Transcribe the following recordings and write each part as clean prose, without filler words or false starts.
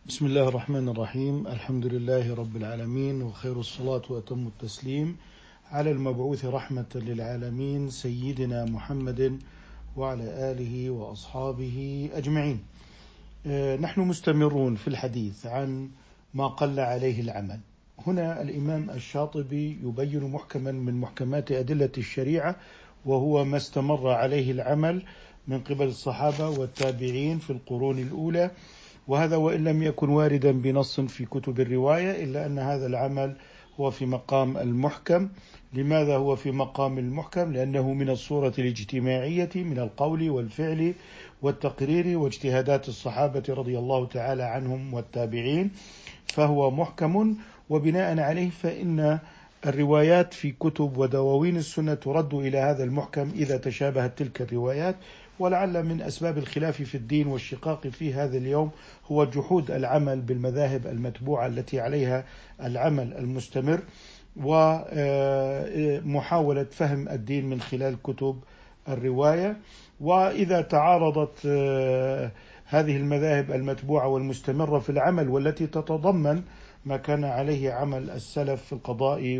بسم الله الرحمن الرحيم. الحمد لله رب العالمين، وخير الصلاة وأتم التسليم على المبعوث رحمة للعالمين سيدنا محمد وعلى آله وأصحابه أجمعين. نحن مستمرون في الحديث عن ما قل عليه العمل. هنا الإمام الشاطبي يبين محكما من محكمات أدلة الشريعة، وهو ما استمر عليه العمل من قبل الصحابة والتابعين في القرون الأولى، وهذا وإن لم يكن واردا بنص في كتب الرواية، إلا أن هذا العمل هو في مقام المحكم. لماذا هو في مقام المحكم؟ لأنه من الصورة الاجتماعية من القول والفعل والتقرير واجتهادات الصحابة رضي الله تعالى عنهم والتابعين، فهو محكم. وبناء عليه فإن الروايات في كتب ودواوين السنة ترد إلى هذا المحكم إذا تشابهت تلك الروايات. ولعل من أسباب الخلاف في الدين والشقاق في هذا اليوم هو جحود العمل بالمذاهب المتبوعة التي عليها العمل المستمر، ومحاولة فهم الدين من خلال كتب الرواية. وإذا تعارضت هذه المذاهب المتبوعة والمستمرة في العمل، والتي تتضمن ما كان عليه عمل السلف في القضاء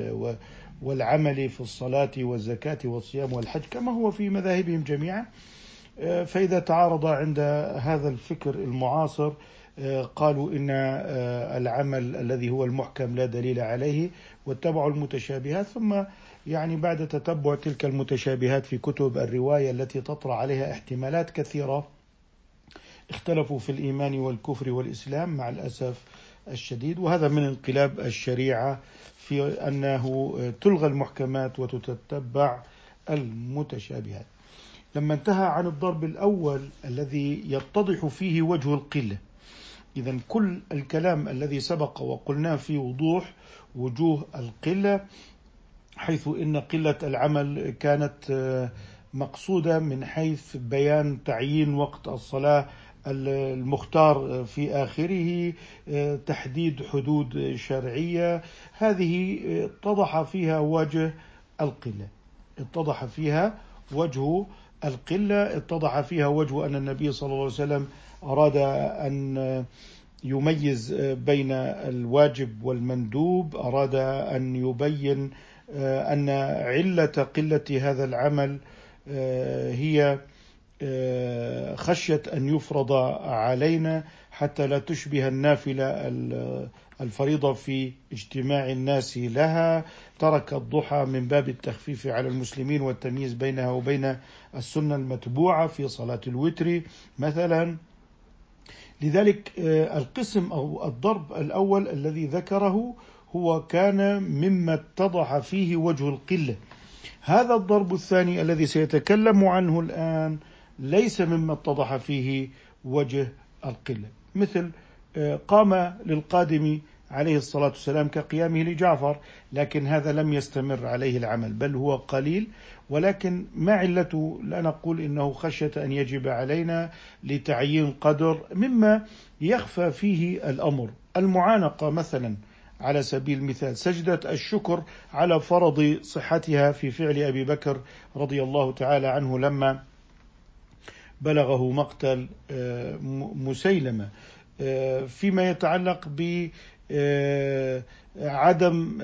والعمل في الصلاة والزكاة والصيام والحج كما هو في مذاهبهم جميعا، فإذا تعارض عند هذا الفكر المعاصر قالوا إن العمل الذي هو المحكم لا دليل عليه، واتبعوا المتشابهات. ثم بعد تتبع تلك المتشابهات في كتب الرواية التي تطرأ عليها احتمالات كثيرة، اختلفوا في الإيمان والكفر والإسلام مع الأسف الشديد. وهذا من انقلاب الشريعة في أنه تلغى المحكمات وتتبع المتشابهات. لما انتهى عن الضرب الأول الذي يتضح فيه وجه القلة، إذن كل الكلام الذي سبق وقلناه في وضوح وجوه القلة، حيث إن قلة العمل كانت مقصودة من حيث بيان تعيين وقت الصلاة المختار في آخره، تحديد حدود شرعية. هذه اتضح فيها وجه القلة، اتضح فيها وجه القلة، اتضح فيها وجه أن النبي صلى الله عليه وسلم أراد أن يميز بين الواجب والمندوب، أراد أن يبين أن علة قلة هذا العمل هي خشية أن يفرض علينا حتى لا تشبه النافلة الفريضة في اجتماع الناس لها. ترك الضحى من باب التخفيف على المسلمين والتمييز بينها وبين السنة المتبوعة في صلاة الوتر مثلا. لذلك القسم أو الضرب الأول الذي ذكره هو كان مما اتضح فيه وجه القلة. هذا الضرب الثاني الذي سيتكلم عنه الآن ليس مما اتضح فيه وجه القلة، مثل قام للقادم عليه الصلاة والسلام كقيامه لجعفر، لكن هذا لم يستمر عليه العمل بل هو قليل. ولكن ما علته؟ لا نقول إنه خشية أن يجب علينا لتعيين قدر، مما يخفى فيه الأمر. المعانقة مثلا على سبيل المثال، سجدة الشكر على فرض صحتها في فعل أبي بكر رضي الله تعالى عنه لما بلغه مقتل مسيلمة. فيما يتعلق بعدم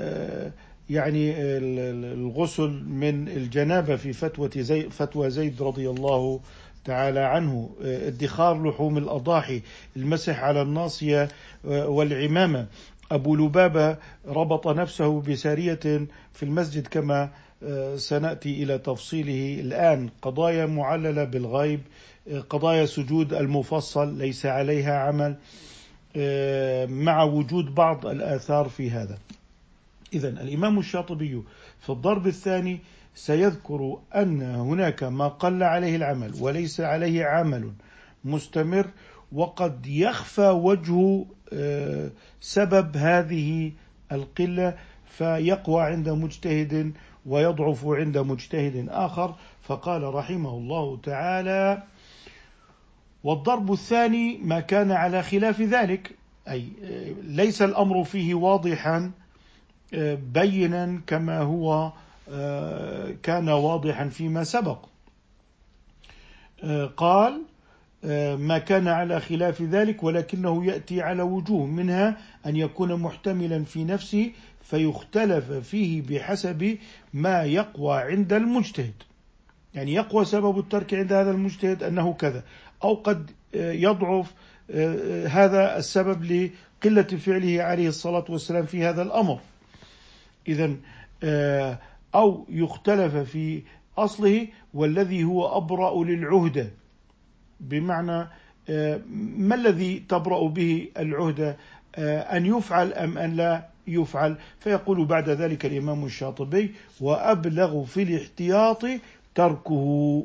الغسل من الجنابة في فتوى زيد رضي الله تعالى عنه، ادخار لحوم الأضاحي، المسح على الناصية والعمامة. أبو لبابة ربط نفسه بسارية في المسجد كما سنأتي إلى تفصيله الآن. قضايا معللة بالغيب، قضايا سجود المفصل ليس عليها عمل، مع وجود بعض الآثار في هذا. إذن الإمام الشاطبي في الضرب الثاني سيذكر أن هناك ما قل عليه العمل وليس عليه عمل مستمر، وقد يخفى وجه سبب هذه القلة، فيقوى عند مجتهد ويضعف عند مجتهد آخر. فقال رحمه الله تعالى: والضرب الثاني ما كان على خلاف ذلك، أي ليس الأمر فيه واضحا بينا كما هو كان واضحا فيما سبق. قال: ما كان على خلاف ذلك، ولكنه يأتي على وجوه، منها أن يكون محتملا في نفسه فيختلف فيه بحسب ما يقوى عند المجتهد. يعني يقوى سبب الترك عند هذا المجتهد أنه كذا، أو قد يضعف هذا السبب لقلة فعله عليه الصلاة والسلام في هذا الأمر. إذن أو يختلف في أصله والذي هو أبرأ للعهدة، بمعنى ما الذي تبرأ به العهدة، أن يفعل أم أن لا يفعل. فيقول بعد ذلك الإمام الشاطبي: وأبلغ في الاحتياط تركه،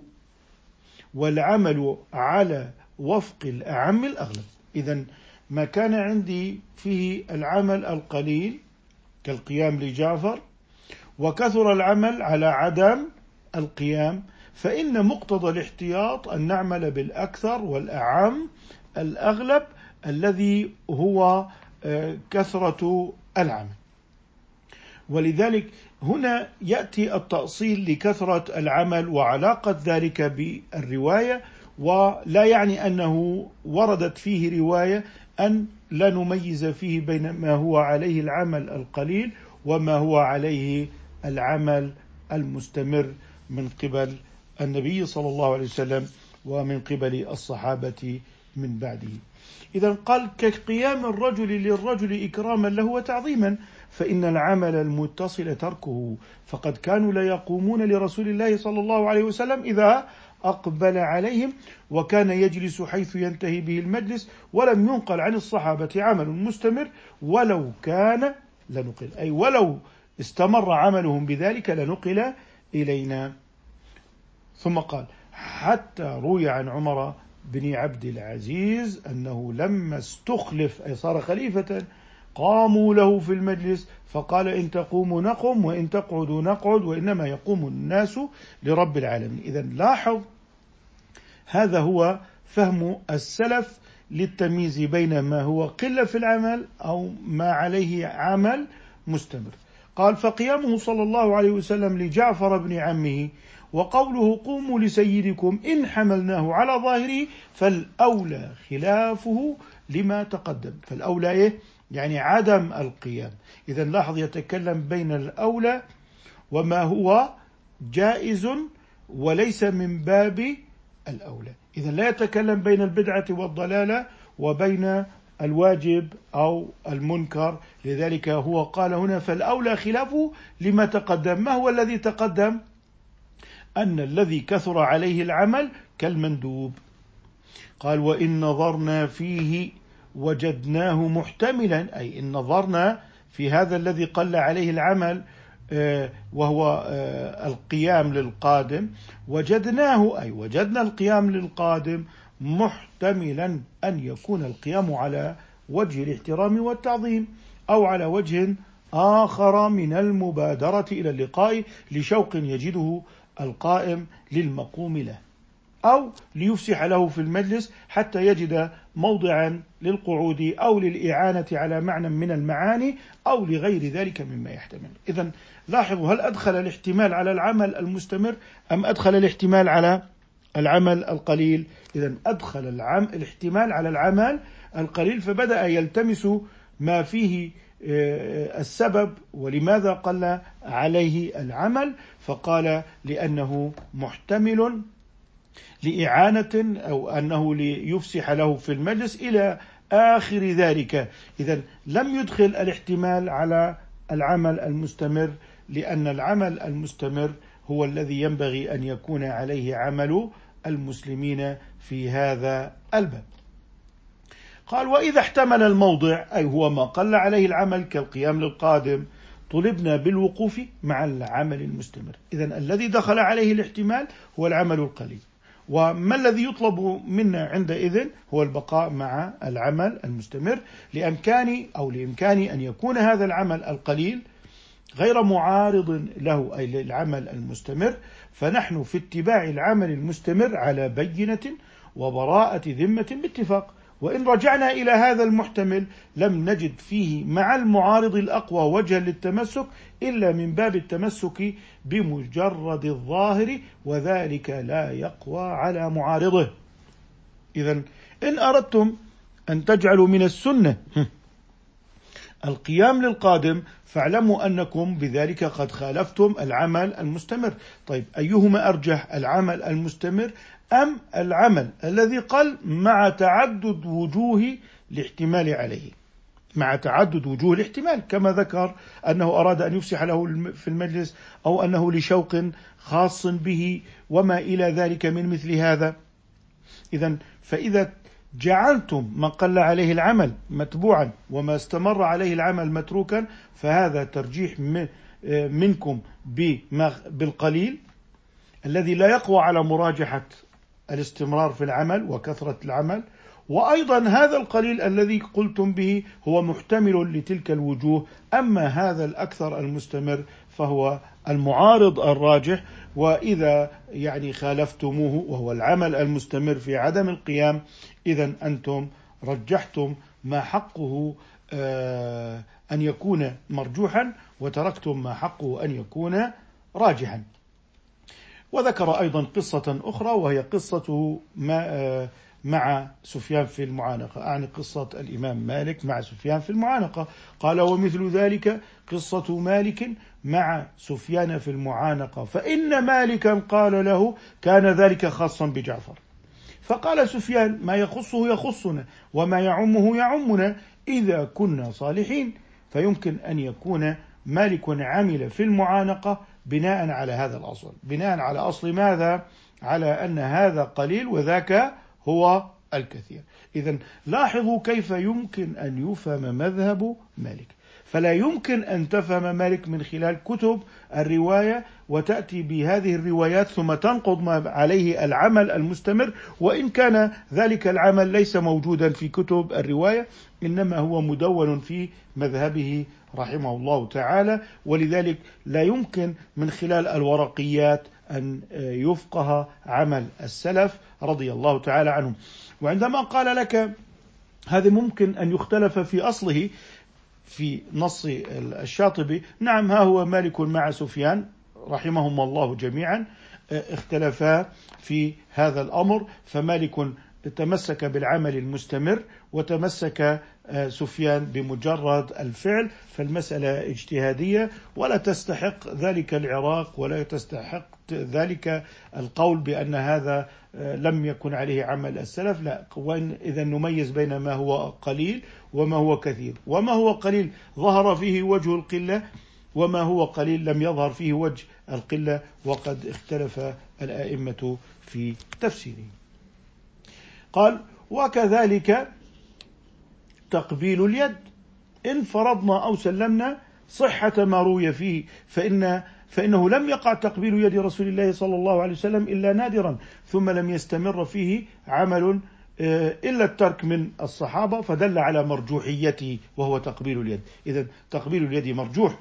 والعمل على وفق الأعم الأغلب. إذن ما كان عندي فيه العمل القليل كالقيام لجعفر، وكثر العمل على عدم القيام، فإن مقتضى الاحتياط أن نعمل بالأكثر والأعم الأغلب الذي هو كثرة العمل. ولذلك هنا يأتي التأصيل لكثرة العمل وعلاقة ذلك بالرواية، ولا يعني أنه وردت فيه رواية أن لا نميز فيه بين ما هو عليه العمل القليل وما هو عليه العمل المستمر من قبل النبي صلى الله عليه وسلم ومن قبل الصحابة من بعده. إذا قال: كقيام الرجل للرجل إكراما له وتعظيما، فإن العمل المتصل تركه، فقد كانوا لا يقومون لرسول الله صلى الله عليه وسلم إذا أقبل عليهم، وكان يجلس حيث ينتهي به المجلس، ولم ينقل عن الصحابة عمل مستمر ولو كان لنقل، أي ولو استمر عملهم بذلك لنقل إلينا. ثم قال: حتى روي عن عمر بن عبد العزيز أنه لما استخلف أي صار خليفة قاموا له في المجلس فقال: إن تقوموا نقم وإن تقعدوا نقعد، وإنما يقوم الناس لرب العالمين. إذن لاحظ، هذا هو فهم السلف للتمييز بين ما هو قلة في العمل أو ما عليه عمل مستمر. قال: فقيامه صلى الله عليه وسلم لجعفر بن عمه وقوله: قوموا لسيدكم إن حملناه على ظاهره، فالأولى خلافه لما تقدم. فالأولى إيه؟ يعني عدم القيام. إذا لاحظ، يتكلم بين الأولى وما هو جائز وليس من باب الأولى. إذا لا يتكلم بين البدعة والضلالة وبين الواجب أو المنكر. لذلك هو قال هنا: فالأولى خلافه لما تقدم. ما هو الذي تقدم؟ أن الذي كثر عليه العمل كالمندوب. قال: وإن نظرنا فيه وجدناه محتملا، أي إن نظرنا في هذا الذي قل عليه العمل وهو القيام للقادم، وجدناه أي وجدنا القيام للقادم محتملا أن يكون القيام على وجه الاحترام والتعظيم، أو على وجه آخر من المبادرة إلى اللقاء لشوق يجده القائم للمقوم له، أو ليفسح له في المجلس حتى يجد موضعا للقعود، أو للإعانة على معنى من المعاني، أو لغير ذلك مما يحتمل. إذن لاحظوا، هل أدخل الاحتمال على العمل المستمر أم أدخل الاحتمال على العمل القليل؟ إذن أدخل الاحتمال على العمل القليل، فبدأ يلتمس ما فيه السبب ولماذا قل عليه العمل، فقال: لأنه محتمل لإعانة أو أنه ليفسح له في المجلس إلى آخر ذلك. إذن لم يدخل الاحتمال على العمل المستمر، لأن العمل المستمر هو الذي ينبغي أن يكون عليه عمل المسلمين في هذا الباب. قال: وإذا احتمل الموضع، أي هو ما قل عليه العمل كالقيام للقادم، طلبنا بالوقوف مع العمل المستمر. إذن الذي دخل عليه الاحتمال هو العمل القليل، وما الذي يطلب منا عندئذ هو البقاء مع العمل المستمر، لإمكان أن يكون هذا العمل القليل غير معارض له أي للعمل المستمر، فنحن في اتباع العمل المستمر على بينة وبراءة ذمة باتفاق. وإن رجعنا إلى هذا المحتمل لم نجد فيه مع المعارض الأقوى وجها للتمسك إلا من باب التمسك بمجرد الظاهر، وذلك لا يقوى على معارضه. إذن إن أردتم أن تجعلوا من السنة القيام للقادم فاعلموا أنكم بذلك قد خالفتم العمل المستمر. طيب أيهما أرجح، العمل المستمر أم العمل الذي قل مع تعدد وجوه الاحتمال عليه؟ مع تعدد وجوه الاحتمال، كما ذكر أنه أراد أن يفسح له في المجلس، أو أنه لشوق خاص به وما إلى ذلك من مثل هذا. إذن فإذا جعلتم ما قل عليه العمل متبوعا وما استمر عليه العمل متروكا فهذا ترجيح منكم بالقليل الذي لا يقوى على مراجحة الاستمرار في العمل وكثرة العمل، وأيضا هذا القليل الذي قلتم به هو محتمل لتلك الوجوه، أما هذا الأكثر المستمر فهو المعارض الراجح. وإذا خالفتموه وهو العمل المستمر في عدم القيام، إذن أنتم رجحتم ما حقه أن يكون مرجوحا وتركتم ما حقه أن يكون راجحا. وذكر أيضا قصة أخرى وهي قصته مع سفيان في المعانقة، أعني قصة الإمام مالك مع سفيان في المعانقة. قال: ومثل ذلك قصة مالك مع سفيان في المعانقة، فإن مالكا قال له: كان ذلك خاصا بجعفر. فقال سفيان: ما يخصه يخصنا وما يعمه يعمنا إذا كنا صالحين. فيمكن أن يكون مالك عمل في المعانقة بناء على هذا الأصل، بناء على أصل ماذا؟ على أن هذا قليل وذاك هو الكثير. إذن لاحظوا كيف يمكن أن يفهم مذهب مالك. فلا يمكن أن تفهم مالك من خلال كتب الرواية وتأتي بهذه الروايات ثم تنقض ما عليه العمل المستمر، وإن كان ذلك العمل ليس موجودا في كتب الرواية، إنما هو مدون في مذهبه رحمه الله تعالى. ولذلك لا يمكن من خلال الورقيات أن يفقه عمل السلف رضي الله تعالى عنهم. وعندما قال لك هذا ممكن أن يختلف في أصله في نص الشاطبي، نعم، ها هو مالك مع سفيان رحمهم الله جميعا اختلفا في هذا الأمر، فمالك تمسك بالعمل المستمر وتمسك سفيان بمجرد الفعل، فالمسألة اجتهادية ولا تستحق ذلك العراق ولا تستحق ذلك القول بأن هذا لم يكن عليه عمل السلف. لا، إذا نميز بين ما هو قليل وما هو كثير، وما هو قليل ظهر فيه وجه القلة وما هو قليل لم يظهر فيه وجه القلة، وقد اختلف الآئمة في تفسيره. قال: وكذلك تقبيل اليد إن فرضنا أو سلمنا صحة ما روي فيه، فإنه لم يقع تقبيل يد رسول الله صلى الله عليه وسلم إلا نادرا، ثم لم يستمر فيه عمل إلا الترك من الصحابة، فدل على مرجوحيته وهو تقبيل اليد. إذن تقبيل اليد مرجوح.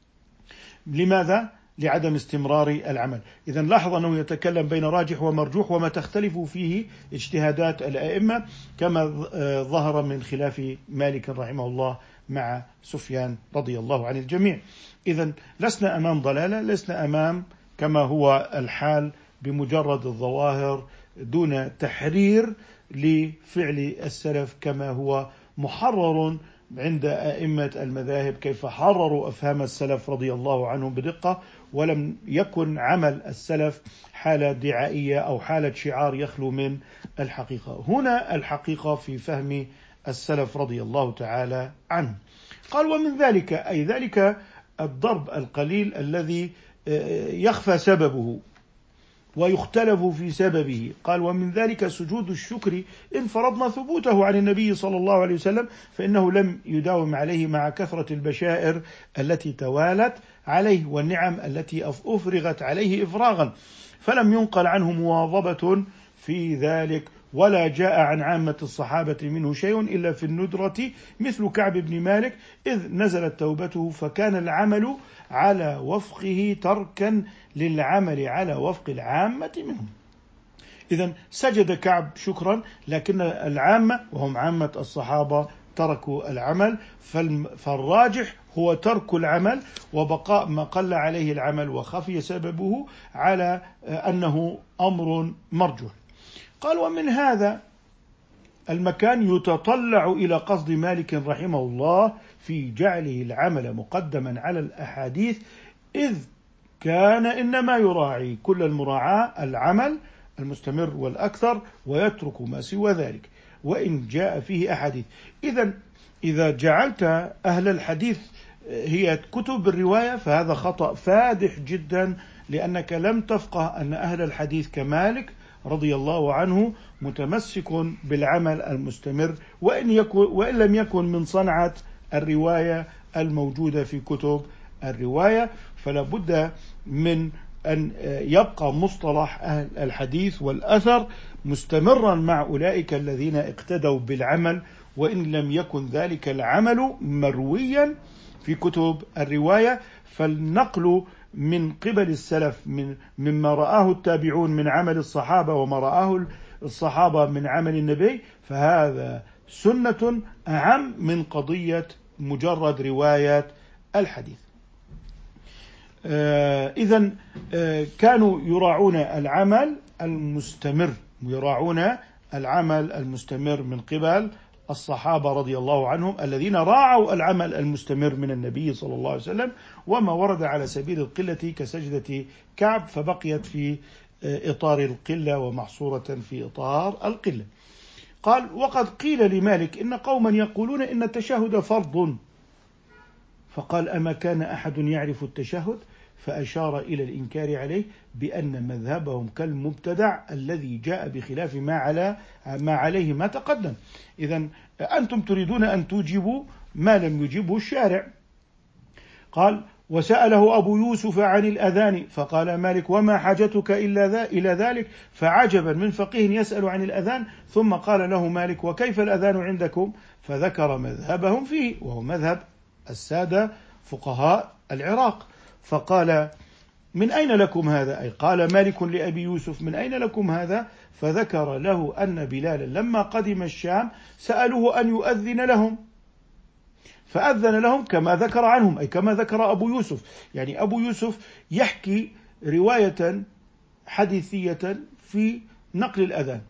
لماذا؟ لعدم استمرار العمل. إذن لاحظ أنه يتكلم بين راجح ومرجوح وما تختلف فيه اجتهادات الأئمة، كما ظهر من خلاف مالك رحمه الله مع سفيان رضي الله عن الجميع. إذن لسنا أمام ضلالة، لسنا أمام كما هو الحال بمجرد الظواهر دون تحرير لفعل السلف كما هو محرر عند أئمة المذاهب، كيف حرروا أفهام السلف رضي الله عنهم بدقة، ولم يكن عمل السلف حالة دعائية أو حالة شعار يخلو من الحقيقة. هنا الحقيقة في فهم السلف رضي الله تعالى عنهم. قال: ومن ذلك أي ذلك الضرب القليل الذي يخفى سببه ويختلف في سببه. قال: ومن ذلك سجود الشكر إن فرضنا ثبوته عن النبي صلى الله عليه وسلم، فإنه لم يداوم عليه مع كثرة البشائر التي توالت عليه والنعم التي أفرغت عليه إفراغا، فلم ينقل عنه مواظبة في ذلك، ولا جاء عن عامة الصحابة منه شيء إلا في الندرة مثل كعب بن مالك إذ نزلت توبته فكان العمل على وفقه تركا للعمل على وفق العامة منهم. إذن سجد كعب شكرا، لكن العامة وهم عامة الصحابة تركوا العمل، فالراجح هو ترك العمل وبقاء ما قل عليه العمل وخفي سببه على أنه أمر مرجوح. قال: ومن هذا المكان يتطلع إلى قصد مالك رحمه الله في جعله العمل مقدما على الأحاديث، إذ كان إنما يراعي كل المراعاة العمل المستمر والأكثر، ويترك ما سوى ذلك وإن جاء فيه أحاديث. إذا جعلت أهل الحديث هي كتب الرواية فهذا خطأ فادح جدا، لأنك لم تفقه أن أهل الحديث كمالك رضي الله عنه متمسك بالعمل المستمر، وإن لم يكن من صنعة الرواية الموجودة في كتب الرواية. فلا بد من أن يبقى مصطلح أهل الحديث والأثر مستمرا مع أولئك الذين اقتدوا بالعمل، وإن لم يكن ذلك العمل مرويا في كتب الرواية. فالنقل من قبل السلف مما رآه التابعون من عمل الصحابة وما رآه الصحابة من عمل النبي، فهذا سنة أعم من قضية مجرد رواية الحديث. إذن كانوا يراعون العمل المستمر من قبل الصحابة رضي الله عنهم الذين راعوا العمل المستمر من النبي صلى الله عليه وسلم، وما ورد على سبيل القلة كسجدة كعب فبقيت في إطار القلة ومحصورة في إطار القلة. قال: وقد قيل لمالك إن قوما يقولون إن التشهد فرض، فقال: أما كان أحد يعرف التشهد؟ فأشار إلى الإنكار عليه بأن مذهبهم كالمبتدع الذي جاء بخلاف ما عليه ما تقدم. إذن أنتم تريدون أن توجبوا ما لم يجبه الشارع. قال: وسأله أبو يوسف عن الأذان فقال مالك: وما حاجتك إلى ذلك؟ فعجبا من فقيه يسأل عن الأذان. ثم قال له مالك: وكيف الأذان عندكم؟ فذكر مذهبهم فيه، وهو مذهب السادة فقهاء العراق. فقال: من أين لكم هذا؟ أي قال مالك لأبي يوسف: من أين لكم هذا؟ فذكر له أن بلالا لما قدم الشام سألوه أن يؤذن لهم، فأذن لهم كما ذكر عنهم، أي كما ذكر أبو يوسف. يعني أبو يوسف يحكي رواية حديثية في نقل الأذان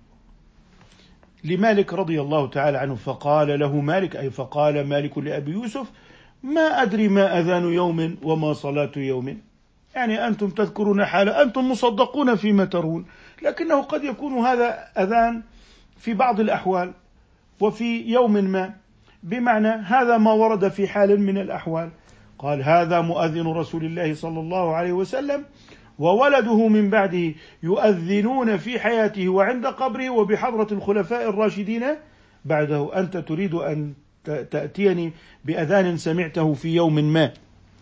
لمالك رضي الله تعالى عنه. فقال له مالك، أي فقال مالك لأبي يوسف: ما أدري ما أذان يوم وما صلاة يوم. يعني أنتم تذكرون حالة، أنتم مصدقون فيما ترون، لكنه قد يكون هذا أذان في بعض الأحوال وفي يوم ما، بمعنى هذا ما ورد في حال من الأحوال. قال: هذا مؤذن رسول الله صلى الله عليه وسلم وولده من بعده يؤذنون في حياته وعند قبره وبحضرة الخلفاء الراشدين بعده. أنت تريد أن تأتيني بأذان سمعته في يوم ما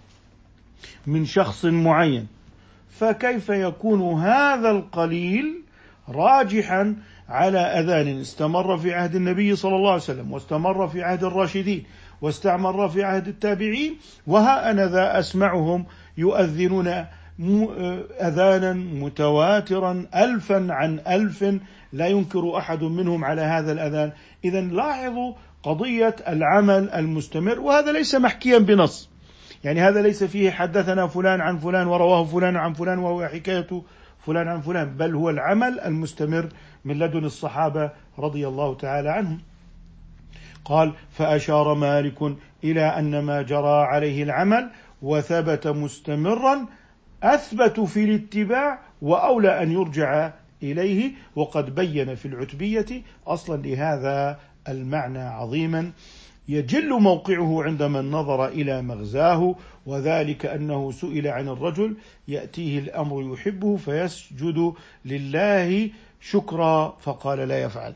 من شخص معين، فكيف يكون هذا القليل راجحا على أذان استمر في عهد النبي صلى الله عليه وسلم، واستمر في عهد الراشدين، واستمر في عهد التابعين، وها أنا ذا أسمعهم يؤذنون أذانا متواترا 1000 عن 1000 لا ينكر أحد منهم على هذا الأذان. إذن لاحظوا قضية العمل المستمر، وهذا ليس محكيا بنص، يعني هذا ليس فيه حدثنا فلان عن فلان ورواه فلان عن فلان وهو حكاية فلان عن فلان، بل هو العمل المستمر من لدن الصحابة رضي الله تعالى عنهم. قال: فأشار مالك إلى أن ما جرى عليه العمل وثبت مستمرا أثبت في الاتباع وأولى أن يرجع إليه، وقد بين في العتبية أصلا لهذا المعنى عظيما يجل موقعه عندما نظر إلى مغزاه، وذلك أنه سئل عن الرجل يأتيه الأمر يحبه فيسجد لله شكرا فقال لا يفعل،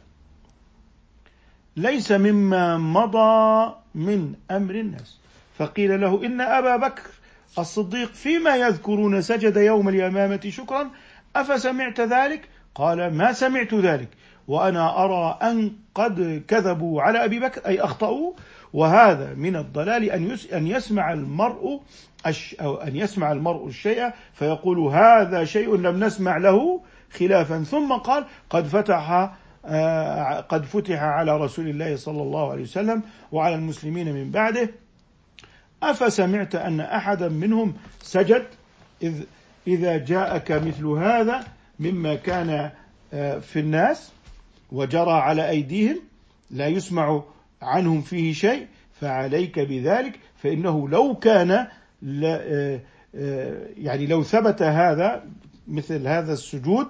ليس مما مضى من أمر الناس. فقيل له: إن أبا بكر الصديق فيما يذكرون سجد يوم اليمامة شكرا، أفسمعت ذلك؟ قال: ما سمعت ذلك، وأنا أرى أن قد كذبوا على أبي بكر، أي أخطأوا. وهذا من الضلال أن يسمع المرء الشيء فيقول هذا شيء لم نسمع له خلافا، ثم قال: قد فتح على رسول الله صلى الله عليه وسلم وعلى المسلمين من بعده، أفسمعت أن أحدا منهم سجد؟ إذا جاءك مثل هذا مما كان في الناس وجرى على أيديهم لا يسمع عنهم فيه شيء فعليك بذلك، فإنه لو كان يعني لو ثبت هذا مثل هذا السجود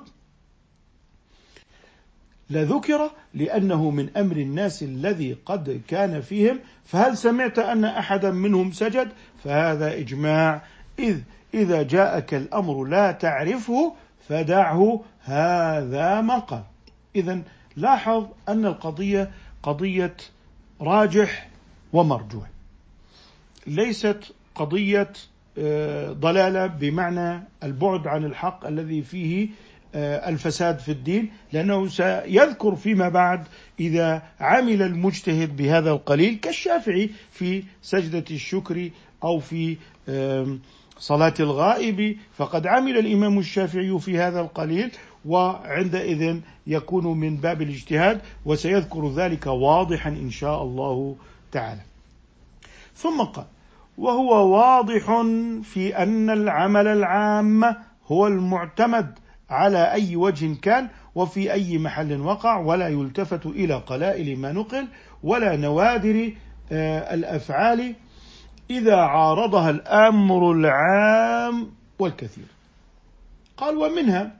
لذكر، لأنه من أمر الناس الذي قد كان فيهم، فهل سمعت أن أحدا منهم سجد؟ فهذا إجماع، إذا جاءك الأمر لا تعرفه فدعه، هذا ما قال. إذن لاحظ أن القضية قضية راجح ومرجوح، ليست قضية ضلالة بمعنى البعد عن الحق الذي فيه الفساد في الدين، لأنه سيذكر فيما بعد إذا عمل المجتهد بهذا القليل كالشافعي في سجدة الشكر أو في صلاة الغائب، فقد عمل الإمام الشافعي في هذا القليل، وعندئذ يكون من باب الاجتهاد، وسيذكر ذلك واضحا إن شاء الله تعالى. ثم قال: وهو واضح في أن العمل العام هو المعتمد على أي وجه كان وفي أي محل وقع، ولا يلتفت إلى قلائل ما نقل ولا نوادر الأفعال إذا عارضها الأمر العام والكثير. قال: ومنها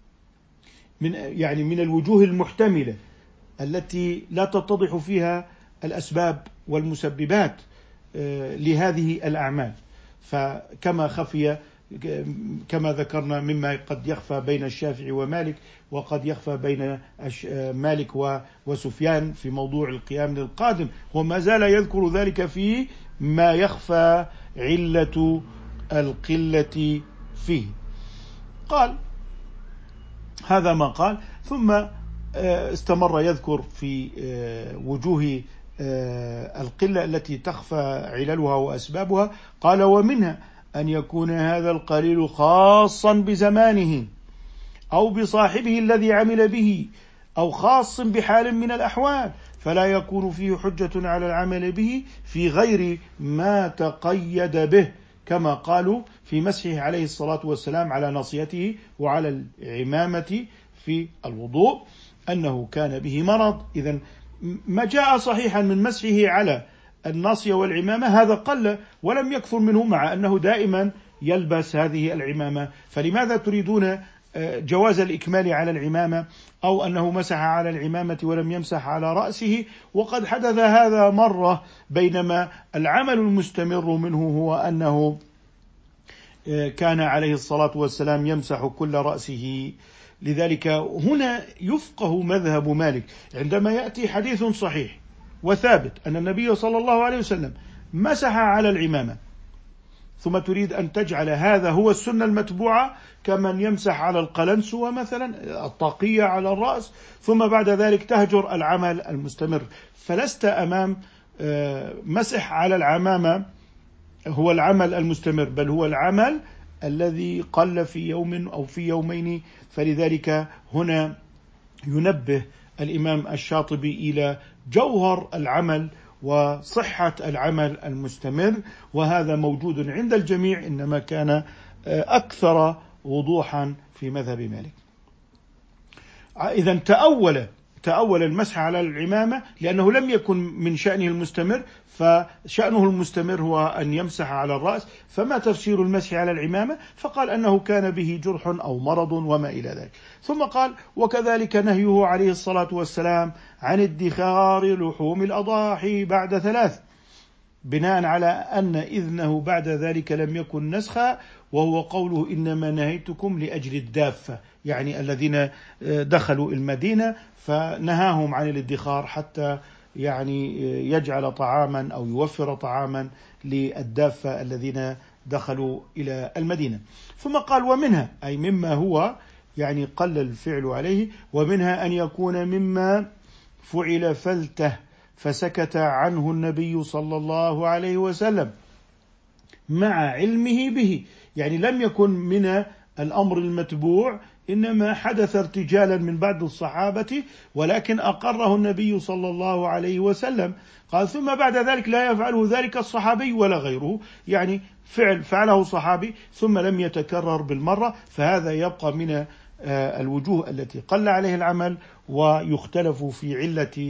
من الوجوه المحتملة التي لا تتضح فيها الأسباب والمسببات لهذه الأعمال، فكما خفي كما ذكرنا مما قد يخفى بين الشافعي ومالك، وقد يخفى بين مالك وسفيان في موضوع القيام للقادم، وما زال يذكر ذلك في ما يخفى علة القلة فيه. قال هذا ما قال، ثم استمر يذكر في وجوه القلة التي تخفى عللها وأسبابها. قال: ومنها أن يكون هذا القليل خاصا بزمانه أو بصاحبه الذي عمل به، أو خاص بحال من الأحوال، فلا يكون فيه حجة على العمل به في غير ما تقيد به، كما قالوا في مسحه عليه الصلاة والسلام على ناصيته وعلى العمامة في الوضوء أنه كان به مرض. إذن ما جاء صحيحا من مسحه على الناصية والعمامة هذا قل ولم يكثر منه، مع أنه دائما يلبس هذه العمامة، فلماذا تريدون جواز الإكمال على العمامة، أو أنه مسح على العمامة ولم يمسح على رأسه؟ وقد حدث هذا مرة، بينما العمل المستمر منه هو أنه كان عليه الصلاة والسلام يمسح كل رأسه. لذلك هنا يفقه مذهب مالك عندما يأتي حديث صحيح وثابت أن النبي صلى الله عليه وسلم مسح على العمامة، ثم تريد أن تجعل هذا هو السنة المتبوعة كمن يمسح على القلنسوة مثلا، الطاقية على الرأس، ثم بعد ذلك تهجر العمل المستمر. فلست أمام مسح على العمامة هو العمل المستمر، بل هو العمل الذي قل في يوم أو في يومين. فلذلك هنا ينبه الإمام الشاطبي إلى جوهر العمل وصحة العمل المستمر، وهذا موجود عند الجميع، إنما كان أكثر وضوحا في مذهب مالك. إذن تأول المسح على العمامة لأنه لم يكن من شأنه المستمر، فشأنه المستمر هو أن يمسح على الرأس، فما تفسير المسح على العمامة؟ فقال أنه كان به جرح أو مرض وما إلى ذلك. ثم قال: وكذلك نهيه عليه الصلاة والسلام عن ادخار لحوم الأضاحي بعد 3، بناء على أن إذنه بعد ذلك لم يكن نسخا، وهو قوله: إنما نهيتكم لأجل الدافة، يعني الذين دخلوا المدينة فنهاهم عن الادخار حتى يعني يجعل طعاما أو يوفر طعاما للدافة الذين دخلوا إلى المدينة. ثم قال: ومنها، أي مما هو يعني قل الفعل عليه، ومنها أن يكون مما فعل فلته فسكت عنه النبي صلى الله عليه وسلم مع علمه به، يعني لم يكن من الأمر المتبوع، إنما حدث ارتجالا من بعض الصحابة ولكن أقره النبي صلى الله عليه وسلم. قال: ثم بعد ذلك لا يفعله ذلك الصحابي ولا غيره، يعني فعله صحابي ثم لم يتكرر بالمرة، فهذا يبقى من الوجوه التي قل عليه العمل ويختلف في علة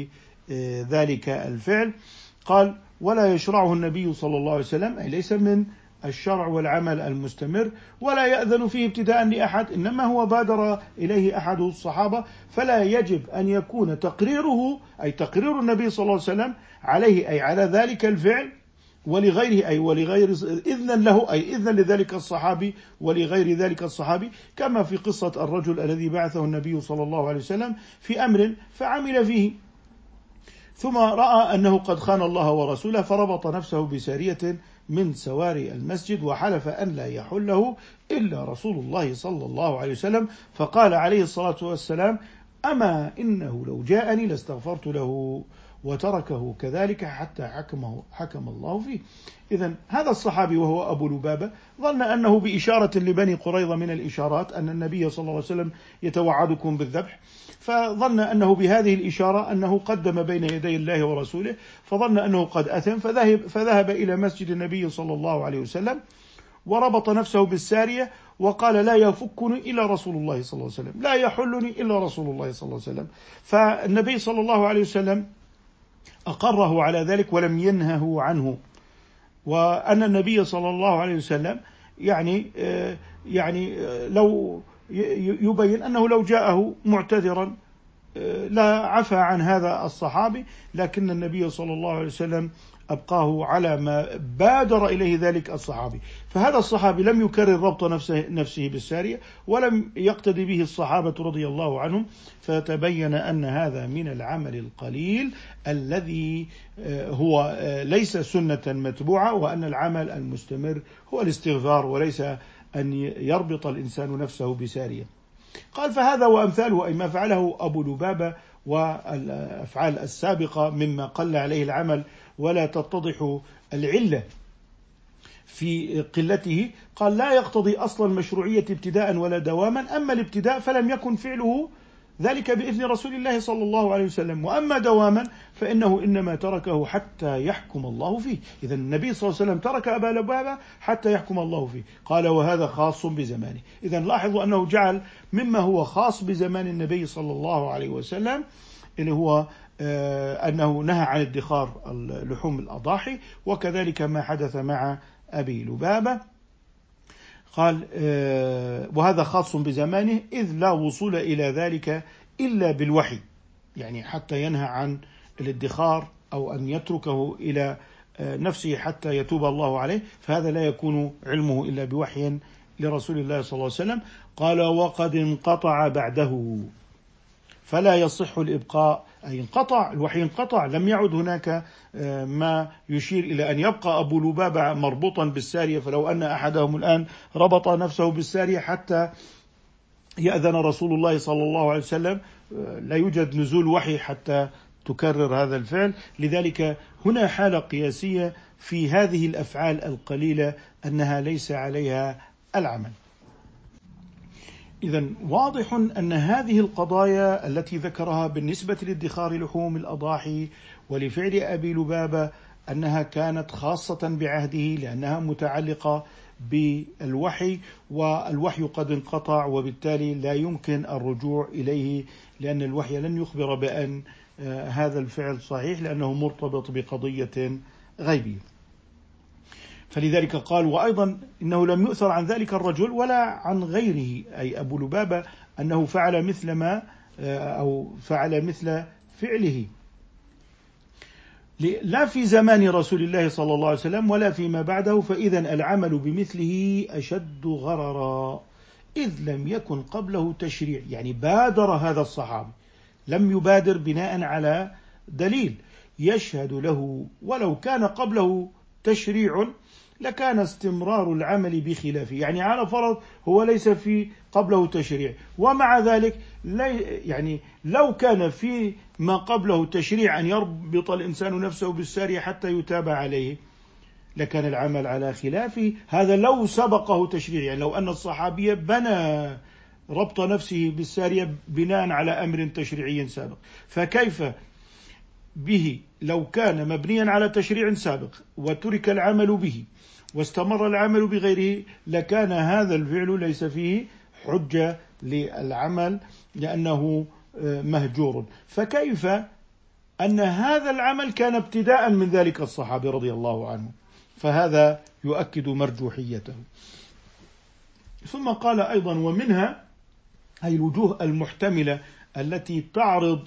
ذلك الفعل. قال ولا يشرعه النبي صلى الله عليه وسلم، أي ليس من الشرع والعمل المستمر، ولا يأذن فيه ابتداء لأحد، إنما هو بادر إليه أحد الصحابة، فلا يجب أن يكون تقريره أي تقرير النبي صلى الله عليه وسلم عليه أي على ذلك الفعل ولغيره أي ولغير إذنا له أي إذنا لذلك الصحابي ولغير ذلك الصحابي، كما في قصة الرجل الذي بعثه النبي صلى الله عليه وسلم في أمر فعمل فيه ثم رأى أنه قد خان الله ورسوله فربط نفسه بسارية من سواري المسجد وحلف أن لا يحله إلا رسول الله صلى الله عليه وسلم، فقال عليه الصلاة والسلام أما إنه لو جاءني لاستغفرت له، وتركه كذلك حتى حكم الله فيه. إذن هذا الصحابي وهو أبو لبابة ظن أنه بإشارة لبني قريظة من الإشارات أن النبي صلى الله عليه وسلم يتوعدكم بالذبح، فظن أنه بهذه الإشارة أنه قدم بين يدي الله ورسوله، فظن أنه قد أثم فذهب إلى مسجد النبي صلى الله عليه وسلم وربط نفسه بالسارية وقال لا يفكني إلا رسول الله صلى الله عليه وسلم، لا يحلني إلا رسول الله صلى الله عليه وسلم. فالنبي صلى الله عليه وسلم أقره على ذلك ولم ينهه عنه، وأن النبي صلى الله عليه وسلم يعني لو يبين أنه لو جاءه معتذرا لا عفى عن هذا الصحابي، لكن النبي صلى الله عليه وسلم أبقاه على ما بادر إليه ذلك الصحابي. فهذا الصحابي لم يكرر ربط نفسه بالسارية ولم يقتدي به الصحابة رضي الله عنهم، فتبين أن هذا من العمل القليل الذي هو ليس سنة متبوعة، وأن العمل المستمر هو الاستغفار وليس أن يربط الإنسان نفسه بسارية. قال فهذا وأمثاله أي ما فعله أبو لبابة والأفعال السابقة مما قل عليه العمل ولا تتضح العلة في قلته، قال لا يقتضي أصلا مشروعية ابتداء ولا دواما، أما الابتداء فلم يكن فعله ذلك بإذن رسول الله صلى الله عليه وسلم، وأما دواما فإنه إنما تركه حتى يحكم الله فيه. إذا النبي صلى الله عليه وسلم ترك أبا لبابة حتى يحكم الله فيه. قال وهذا خاص بزمانه. إذا لاحظوا أنه جعل مما هو خاص بزمان النبي صلى الله عليه وسلم اللي هو أنه نهى عن ادخار لحوم الأضاحي، وكذلك ما حدث مع أبي لبابة. قال وهذا خاص بزمانه إذ لا وصول إلى ذلك إلا بالوحي، يعني حتى ينهى عن الادخار أو أن يتركه إلى نفسه حتى يتوب الله عليه، فهذا لا يكون علمه إلا بوحي لرسول الله صلى الله عليه وسلم. قال وقد انقطع بعده فلا يصح الإبقاء، أي انقطع الوحي، انقطع، لم يعد هناك ما يشير إلى أن يبقى أبو لبابة مربوطا بالسارية. فلو أن أحدهم الآن ربط نفسه بالسارية حتى يأذن رسول الله صلى الله عليه وسلم لا يوجد نزول وحي حتى تكرر هذا الفعل. لذلك هنا حالة قياسية في هذه الأفعال القليلة أنها ليس عليها العمل. إذن واضح أن هذه القضايا التي ذكرها بالنسبة لادخار لحوم الأضاحي ولفعل أبي لبابة أنها كانت خاصة بعهده لأنها متعلقة بالوحي، والوحي قد انقطع وبالتالي لا يمكن الرجوع إليه، لأن الوحي لن يخبر بأن هذا الفعل صحيح لأنه مرتبط بقضية غيبية. فلذلك قال وأيضا إنه لم يؤثر عن ذلك الرجل ولا عن غيره أي أبو لبابة أنه فعل مثل ما أو فعل مثل فعله لا في زمان رسول الله صلى الله عليه وسلم ولا فيما بعده، فإذا العمل بمثله أشد غررا إذ لم يكن قبله تشريع. يعني بادر هذا الصحابي، لم يبادر بناء على دليل يشهد له، ولو كان قبله تشريع لكان استمرار العمل بخلافه. يعني على فرض هو ليس في قبله تشريع، ومع ذلك يعني لو كان في ما قبله تشريع أن يربط الإنسان نفسه بالسارية حتى يتاب عليه لكان العمل على خلافه. هذا لو سبقه تشريع، يعني لو أن الصحابي بنى ربط نفسه بالسارية بناء على أمر تشريعي سابق، فكيف به لو كان مبنيا على تشريع سابق وترك العمل به واستمر العمل بغيره، لكان هذا الفعل ليس فيه حجة للعمل لأنه مهجور. فكيف أن هذا العمل كان ابتداء من ذلك الصحابي رضي الله عنه، فهذا يؤكد مرجوحيته. ثم قال أيضا: ومنها أي الوجوه المحتملة التي تعرض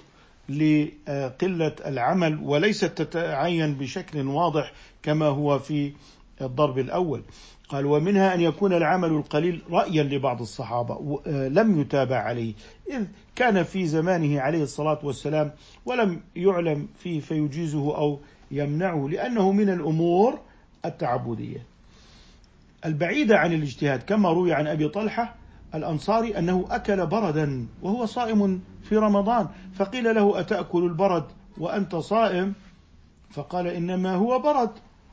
لقلة العمل وليست تتعين بشكل واضح كما هو في الضرب الأول. قال: ومنها أن يكون العمل القليل رأيا لبعض الصحابة لم يتابع عليه، إذ كان في زمانه عليه الصلاة والسلام ولم يعلم فيه فيجيزه أو يمنعه، لأنه من الأمور التعبدية البعيدة عن الاجتهاد، كما روي عن أبي طلحة الأنصاري أنه أكل بردا وهو صائم في رمضان، فقيل له: أتأكل البرد وأنت صائم؟ فقال: إنما هو برد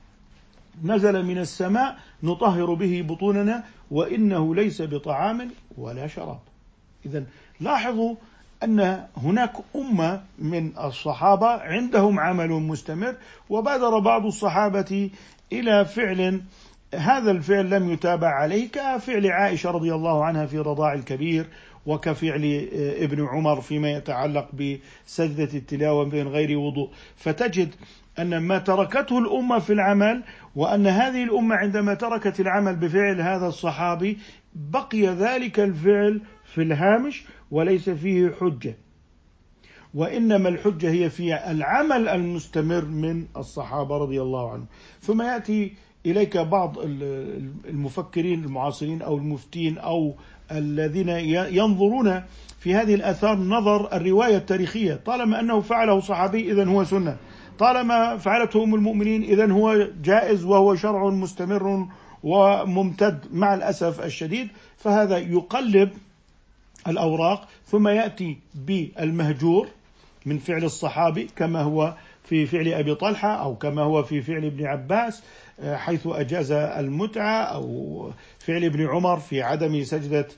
نزل من السماء نطهر به بطوننا، وإنه ليس بطعام ولا شراب. إذن لاحظوا أن هناك أمة من الصحابة عندهم عمل مستمر، وبادر بعض الصحابة إلى فعل هذا الفعل لم يتابع عليه، كفعل عائشة رضي الله عنها في رضاع الكبير، وكفعل ابن عمر فيما يتعلق بسجدة التلاوة من غير وضوء. فتجد أن ما تركته الأمة في العمل، وأن هذه الأمة عندما تركت العمل بفعل هذا الصحابي بقي ذلك الفعل في الهامش وليس فيه حجة، وإنما الحجة هي في العمل المستمر من الصحابة رضي الله عنهم. ثم يأتي إليك بعض المفكرين المعاصرين أو المفتين أو الذين ينظرون في هذه الآثار نظر الرواية التاريخية، طالما أنه فعله صحابي إذن هو سنة، طالما فعلته أم المؤمنين إذن هو جائز وهو شرع مستمر وممتد. مع الأسف الشديد فهذا يقلب الأوراق، ثم يأتي بالمهجور من فعل الصحابي كما هو في فعل أبي طلحة، أو كما هو في فعل ابن عباس حيث أجاز المتعة، أو فعل ابن عمر في عدم سجدة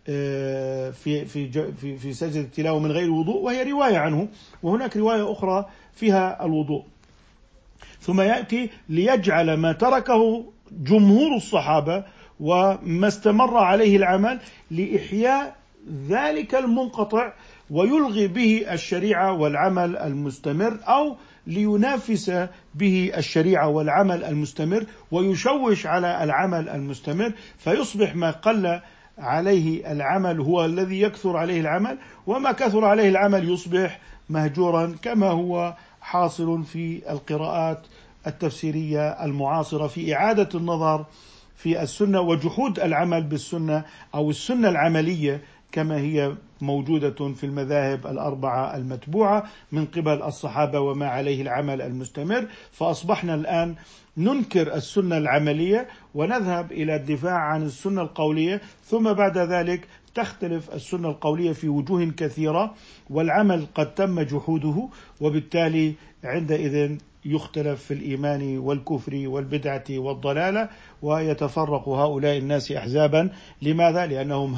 في سجدة التلاوة من غير وضوء، وهي رواية عنه، وهناك رواية أخرى فيها الوضوء. ثم يأتي ليجعل ما تركه جمهور الصحابة وما استمر عليه العمل لإحياء ذلك المنقطع، ويلغي به الشريعة والعمل المستمر، أو لينافس به الشريعة والعمل المستمر ويشوش على العمل المستمر، فيصبح ما قل عليه العمل هو الذي يكثر عليه العمل، وما كثر عليه العمل يصبح مهجورا، كما هو حاصل في القراءات التفسيرية المعاصرة في إعادة النظر في السنة وجحود العمل بالسنة أو السنة العملية كما هي موجودة في المذاهب الأربعة المتبوعة من قبل الصحابة وما عليه العمل المستمر. فأصبحنا الآن ننكر السنة العملية ونذهب إلى الدفاع عن السنة القولية، ثم بعد ذلك تختلف السنة القولية في وجوه كثيرة والعمل قد تم جحوده، وبالتالي عندئذ يختلف في الإيمان والكفر والبدعة والضلالة، ويتفرق هؤلاء الناس أحزابا. لماذا؟ لأنهم